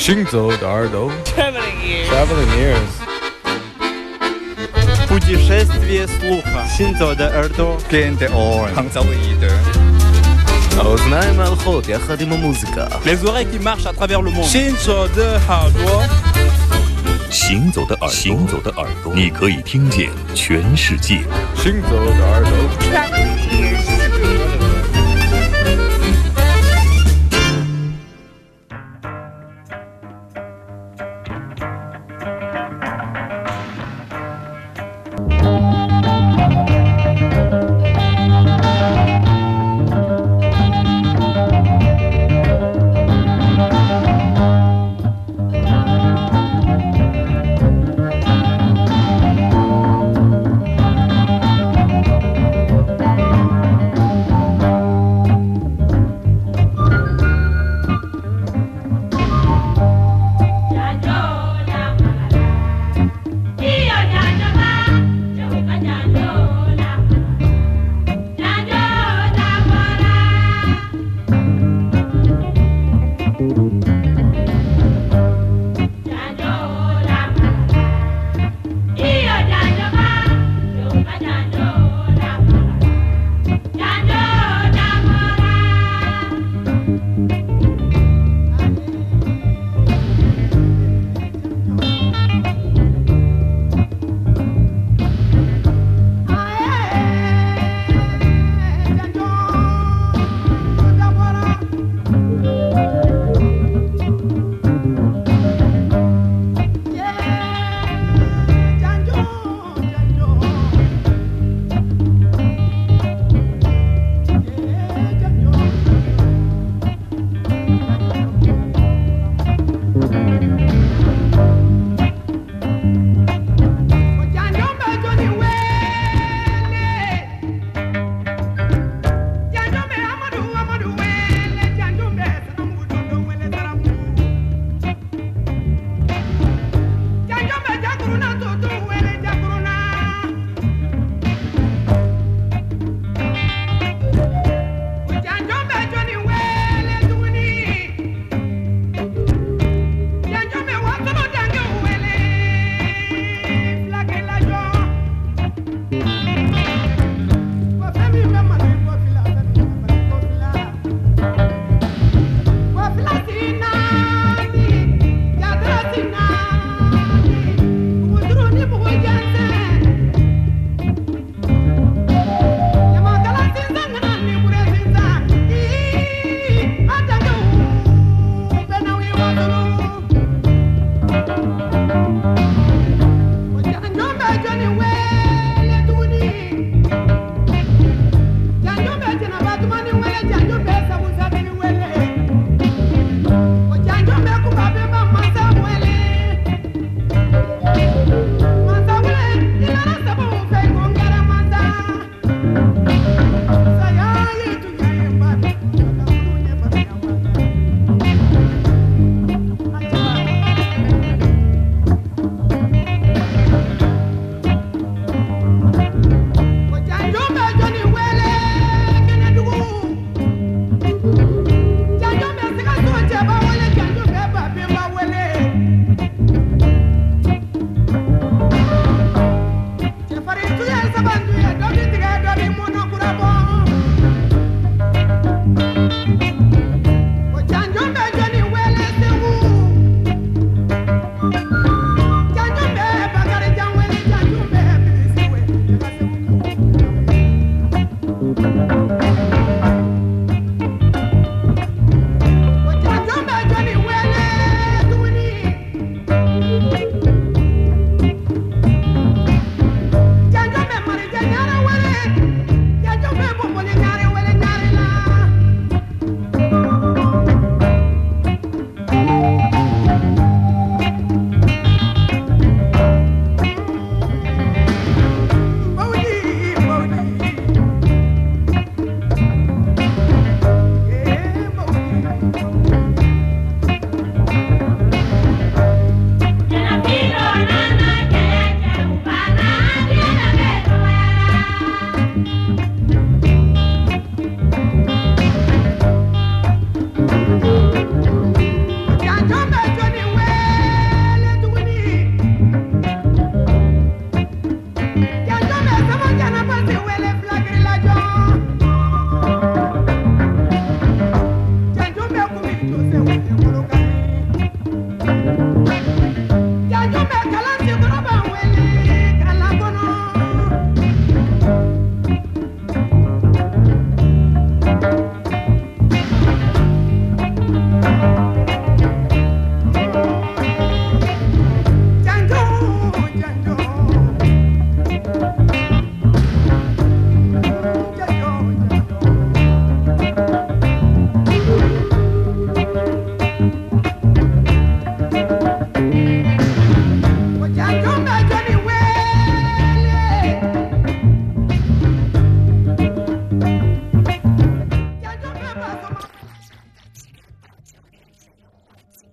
行走的耳朵 Traveling ears. Путешествие слуха. Синзо де Эрдо. Кенте Орен. Hangzauide. האוזניים הלכות יחד עם המוזיקה. Les oreilles qui marchent à travers le monde. Shinzo de Haoduo. 行走的耳朵，你可以听见全世界。 行走的耳朵。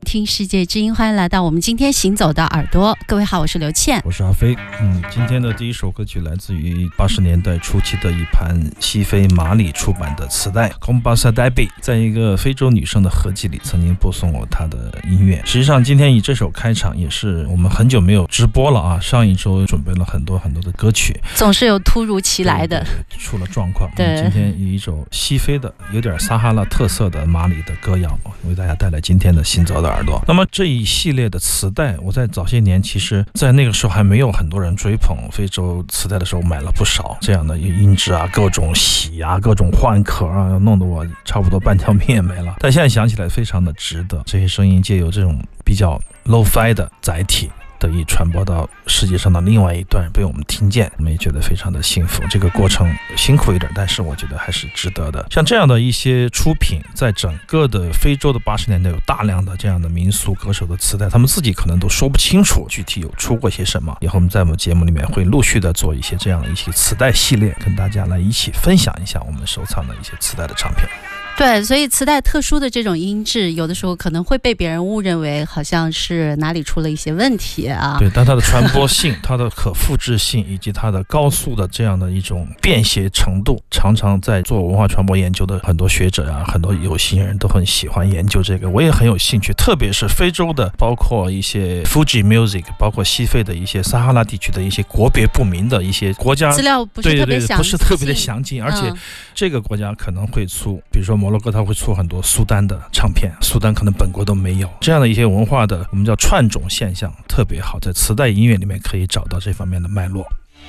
听世界之音，欢迎来到我们今天行走的耳朵。各位好，我是刘倩， 我是阿飞。今天的第一首歌曲来自于80年代初期的一盘西非马里出版的磁带 Kombasa Dabi， 在一个非洲女生的合集里曾经播送过她的音乐。实际上今天以这首开场，也是我们很久没有直播了啊。上一周准备了很多的歌曲， 总是有突如其来的出了状况。 对， 今天以一首西非的有点撒哈拉特色的马里的歌谣，为大家带来今天的行走的耳朵。那么这一系列的磁带，我在早些年其实在那个时候还没有很多人追捧非洲磁带的时候，买了不少这样的音质啊，各种洗啊，各种换壳啊，弄得我差不多半条命也没了。但现在想起来非常的值得，这些声音借由这种比较 low-fi 的载体得以传播到世界上的另外一端，被我们听见，我们也觉得非常的幸福。这个过程辛苦一点，但是我觉得还是值得的。像这样的一些出品，在整个的非洲的80年代有大量的这样的民俗歌手的磁带，他们自己可能都说不清楚具体有出过些什么。以后我们在我们节目里面会陆续的做一些这样的一些磁带系列，跟大家来一起分享一下我们收藏的一些磁带的唱片。 对，所以磁带特殊的这种音质，有的时候可能会被别人误认为好像是哪里出了一些问题啊。 对，但它的传播性、它的可复制性以及它的高速的这样的一种便携程度，常常在做文化传播研究的很多学者啊，很多有心人都很喜欢研究这个，我也很有兴趣。特别是非洲的，包括一些 Fuji Music， 包括西非的一些撒哈拉地区的一些国别不明的一些国家， 资料不是特别详尽， 不是特别的详尽，而且这个国家可能会出，比如说摩洛哥，它会出很多苏丹的唱片，苏丹可能本国都没有，这样的一些文化的我们叫串种现象特别好，在磁带音乐里面可以找到这方面的脉络。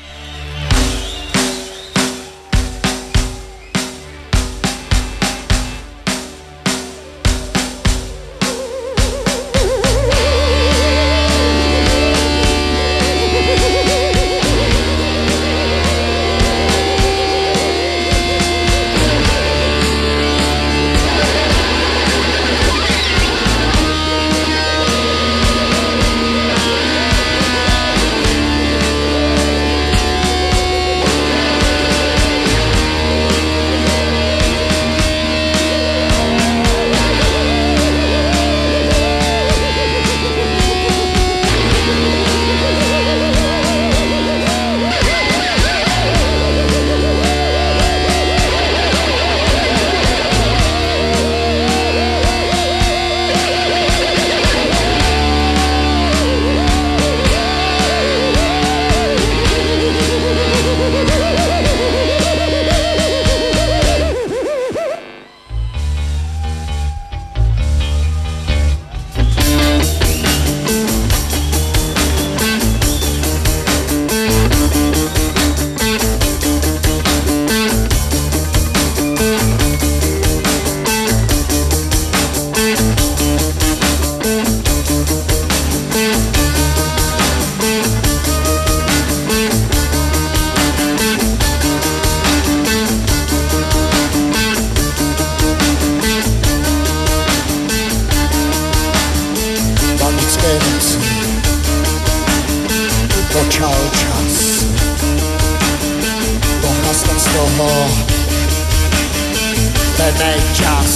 cały czas, bo hasłem znowu ten czas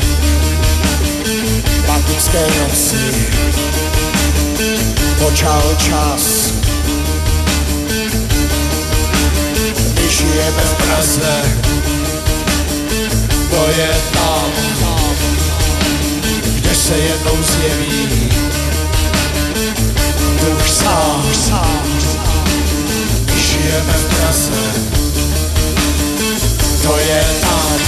patyczkający, bo cały czas my żyjemy w Drodze, bo jest tam, gdzie się jedną zjawi duch sam. Żyjemy w Drodze, to jest tam.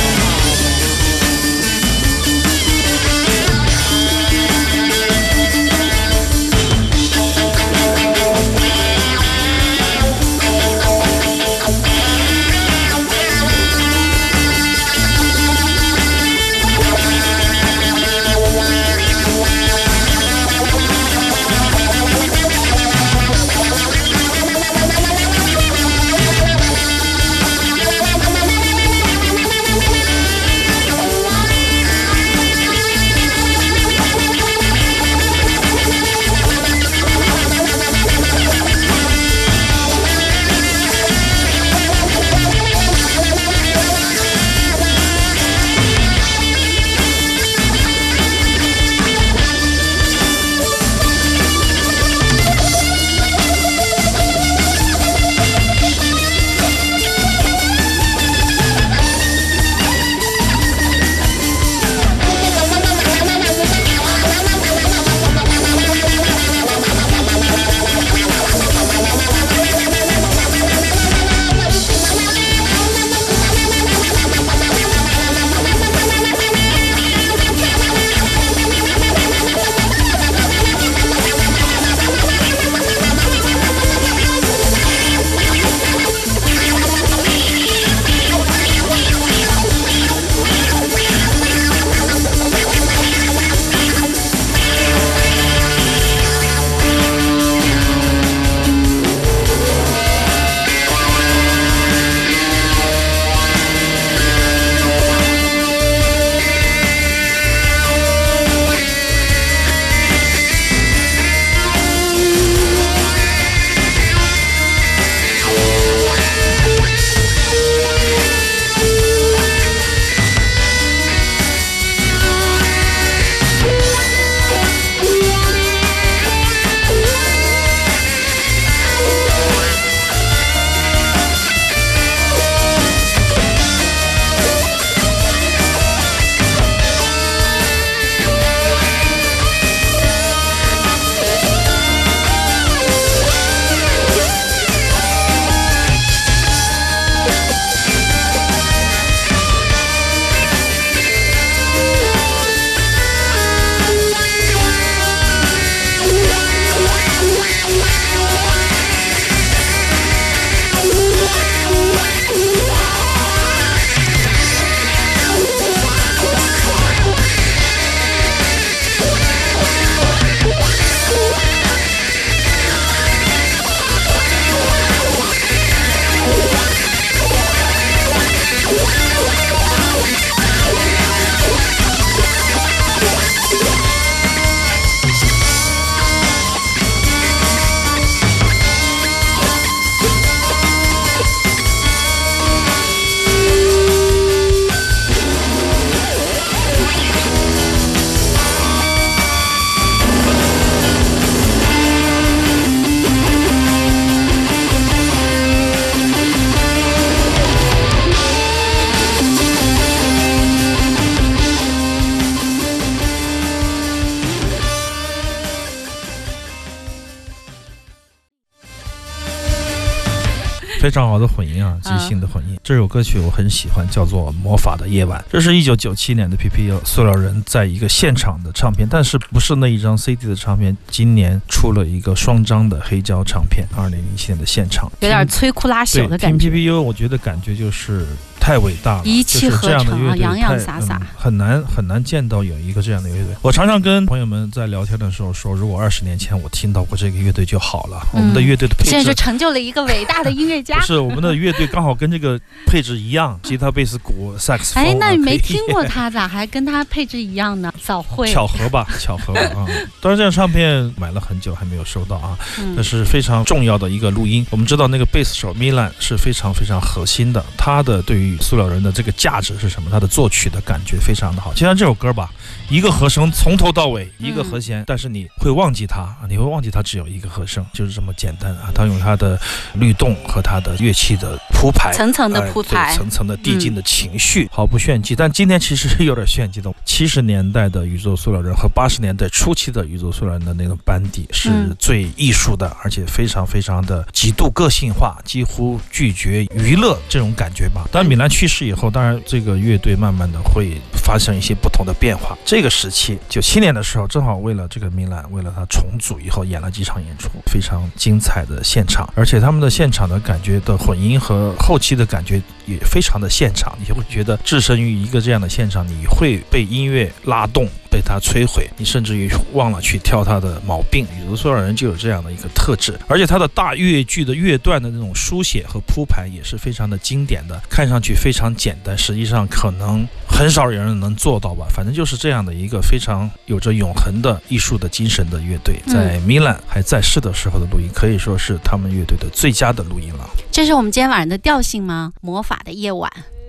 非常好的混音啊，即兴的混音。这首歌曲我很喜欢，叫做《魔法的夜晚》。这是1997年的 PPU 塑料人在一个现场的唱片，但是不是那一张 CD 的唱片，今年出了一个双张的黑胶唱片，2007年的现场， 有点摧枯拉朽的感觉。 听 PPU 我觉得感觉就是太伟大了， 一气呵成啊，洋洋洒洒， 很难见到有一个这样的乐队。我常常跟朋友们在聊天的时候说，如果20年前我听到过这个乐队就好了。我们的乐队的配置现在是成就了一个伟大的音乐家。 不是，我们的乐队刚好跟这个配置一样，吉他、贝斯、鼓、萨克斯风。 哎，那你没听过他，咋还跟他配置一样呢？早会巧合吧啊！当然，这张唱片买了很久还没有收到啊，这是非常重要的一个录音。我们知道那个贝斯手米兰是非常非常核心的，他的对于塑料人的这个价值是什么？他的作曲的感觉非常的好。就像这首歌吧，一个和声从头到尾，一个和弦，但是你会忘记它，只有一个和声，就是这么简单啊。他用他的律动和他的乐器的铺排， 层层的铺排， 层层的递进的情绪，毫不炫技。但今天其实是有点炫技的。70年代的宇宙塑料人和80年代初期的宇宙塑料人的那个班底是最艺术的，而且非常非常的极度个性化，几乎拒绝娱乐这种感觉吧。但米兰去世以后，当然这个乐队慢慢的会发生一些不同的变化。这个时期97年的时候，正好为了这个米兰，为了他重组以后演了几场演出，非常精彩的现场，而且他们的现场的感觉的混音和后期的感觉也非常的现场，你会觉得置身于一个这样的现场，你会被音乐拉动，被它摧毁，你甚至于忘了去挑它的毛病。宇宙塑料人就有这样的一个特质，而且它的大乐句的乐段的那种书写和铺排也是非常的经典的，看上去非常简单，实际上可能很少有人能做到吧。反正就是这样的一个非常有着永恒的艺术的精神的乐队，在米兰还在世的时候的录音，可以说是他们乐队的最佳的录音了。 这是我们今天晚上的调性吗？魔法的夜晚。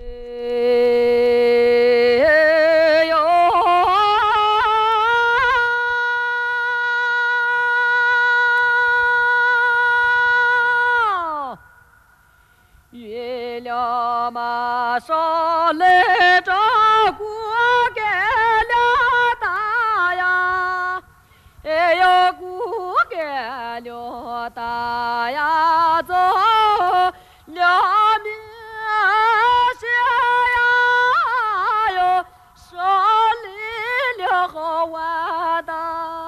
月亮马上来着锅盖了大呀，哎呀锅盖了大呀，走了面下呀哟，上来了好玩的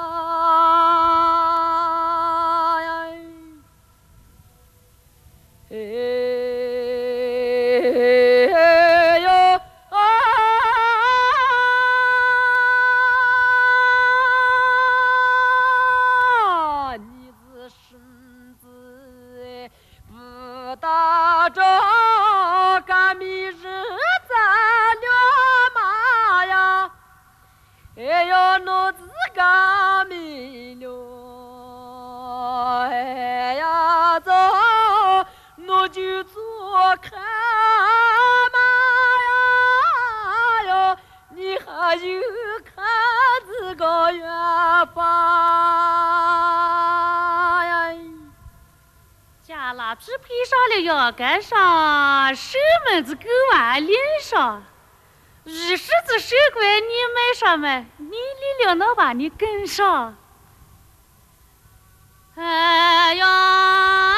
呀，大着干米日咱了妈呀，哎呦脑子干米了，哎呀走，我就做看妈呀哟，你还有看这个远方呀。加拉皮配上了腰杆上，手门子狗腕领上，日狮子手拐你迈上迈，你离了能把你跟上。哎呀！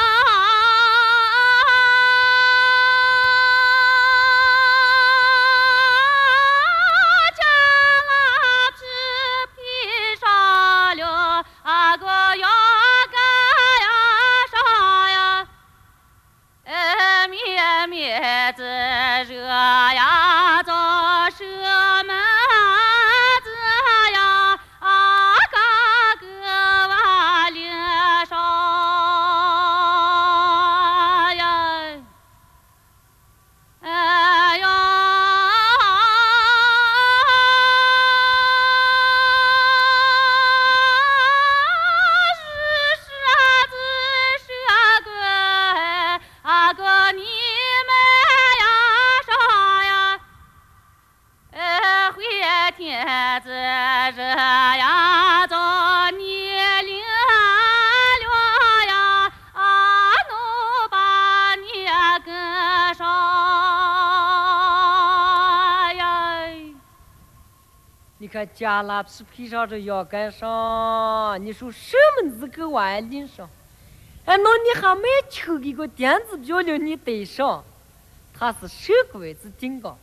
你看加拉皮配上这腰杆上，你说什么子个玩领上？ 哎，那你还没求一个电子表了，你对上，它是手拐子顶个。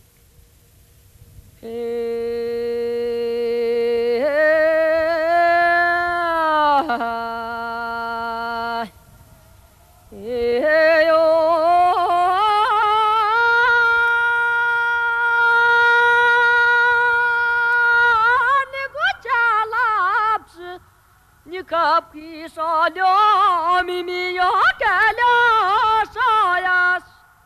可披上了秘密要干了啥呀？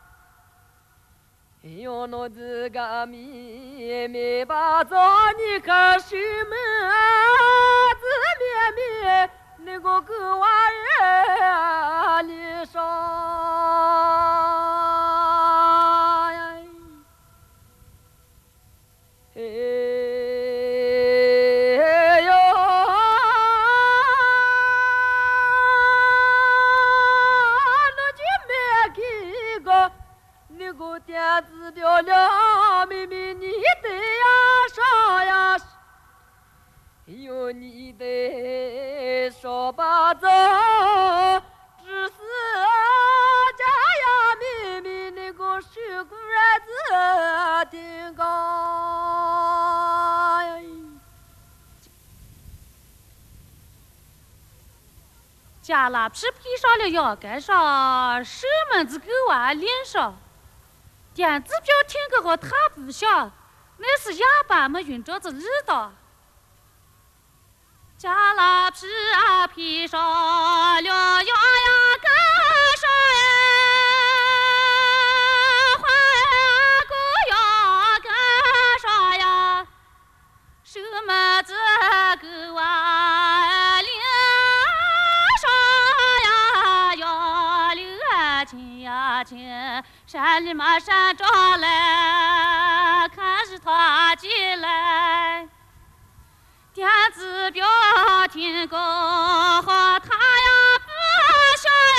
哎呦，那这个秘密把着你可是门子面面那个玩意儿你说呀？电子表了秘密你得呀啥呀？哎呦，你得说吧走，只是家呀秘密那个水果子挺高。 加拉皮披上了腰杆上，手门子狗娃脸上。电子表听个好他不响，那是哑巴们晕着子耳朵。加拉皮披上了腰呀杆上呀，花呀狗腰杆上呀，手门子狗娃脸上呀，腰溜亲呀亲。山里嘛山着来，看是他进来，电子表听个好他呀不晓呀，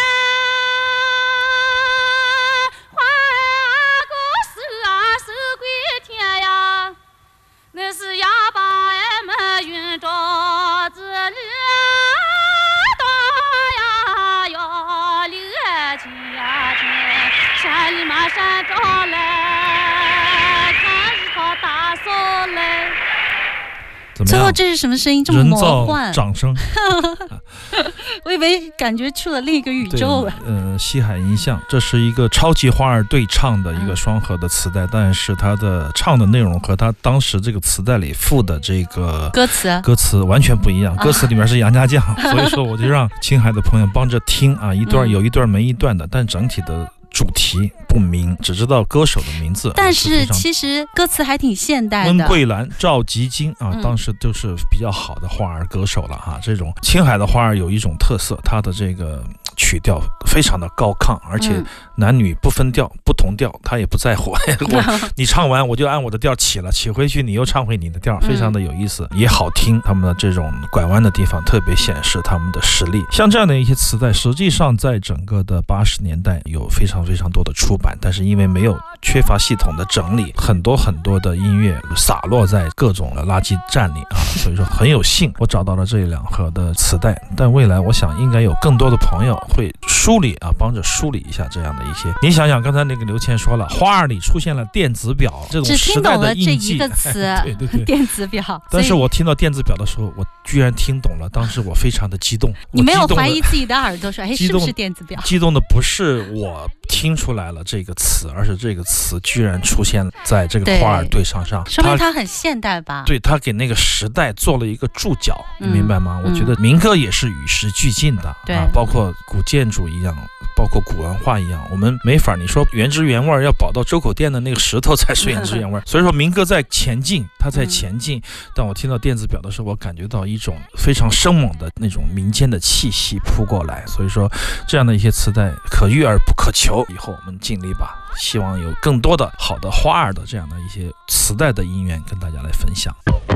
花呀狗手归天呀，那是哑巴俺们晕着子耳朵呀，要流亲呀亲。山里嘛山着来，看是他大嫂来。 最后这是什么声音？这么魔幻？ 人造掌声。 我以为感觉去了另一个宇宙了。 西海音像，这是一个超级花儿对唱的一个双核的磁带，但是它的唱的内容和它当时这个磁带里附的这个歌词完全不一样。歌词里面是杨家将，所以说我就让青海的朋友帮着听啊，一段有一段没一段的，但整体的主题不明，只知道歌手的名字。 但是其实歌词还挺现代的。 温桂兰、赵吉金啊，当时都是比较好的花儿歌手了哈。这种青海的花儿有一种特色，它的这个曲调非常的高亢，而且男女不分调、不同调，他也不在乎。你唱完我就按我的调起了，起回去你又唱回你的调，非常的有意思，也好听。他们的这种拐弯的地方特别显示他们的实力。像这样的一些磁带，实际上在整个的80年代有非常多的出版，但是因为没有缺乏系统的整理，很多的音乐洒落在各种的垃圾站里啊，所以说很有幸我找到了这2盒的磁带。但未来我想应该有更多的朋友会梳理啊，帮着梳理一下这样的一些。你想想，刚才那个刘谦说了，花儿里出现了电子表这种时代的印记， 只听懂了这一个词，对，电子表。 但是我听到电子表的时候，我居然听懂了，当时我非常的激动。 你没有怀疑自己的耳朵说，哎，是不是电子表？ 激动的不是我听出来了这个词，而是这个词居然出现在这个花儿对唱上， 说明它很现代吧？ 对，它给那个时代做了一个注脚，你明白吗？我觉得民歌也是与时俱进的， 对包括古建筑一样，包括古文化一样，我们没法，你说原汁原味要保到周口店的那个石头才是原汁原味。所以说民歌在前进，它在前进。但我听到电子表的时候，我感觉到一种非常生猛的那种民间的气息扑过来。所以说这样的一些磁带可遇而不可求，以后我们尽力吧，希望有更多的好的花儿的这样的一些磁带的音源跟大家来分享。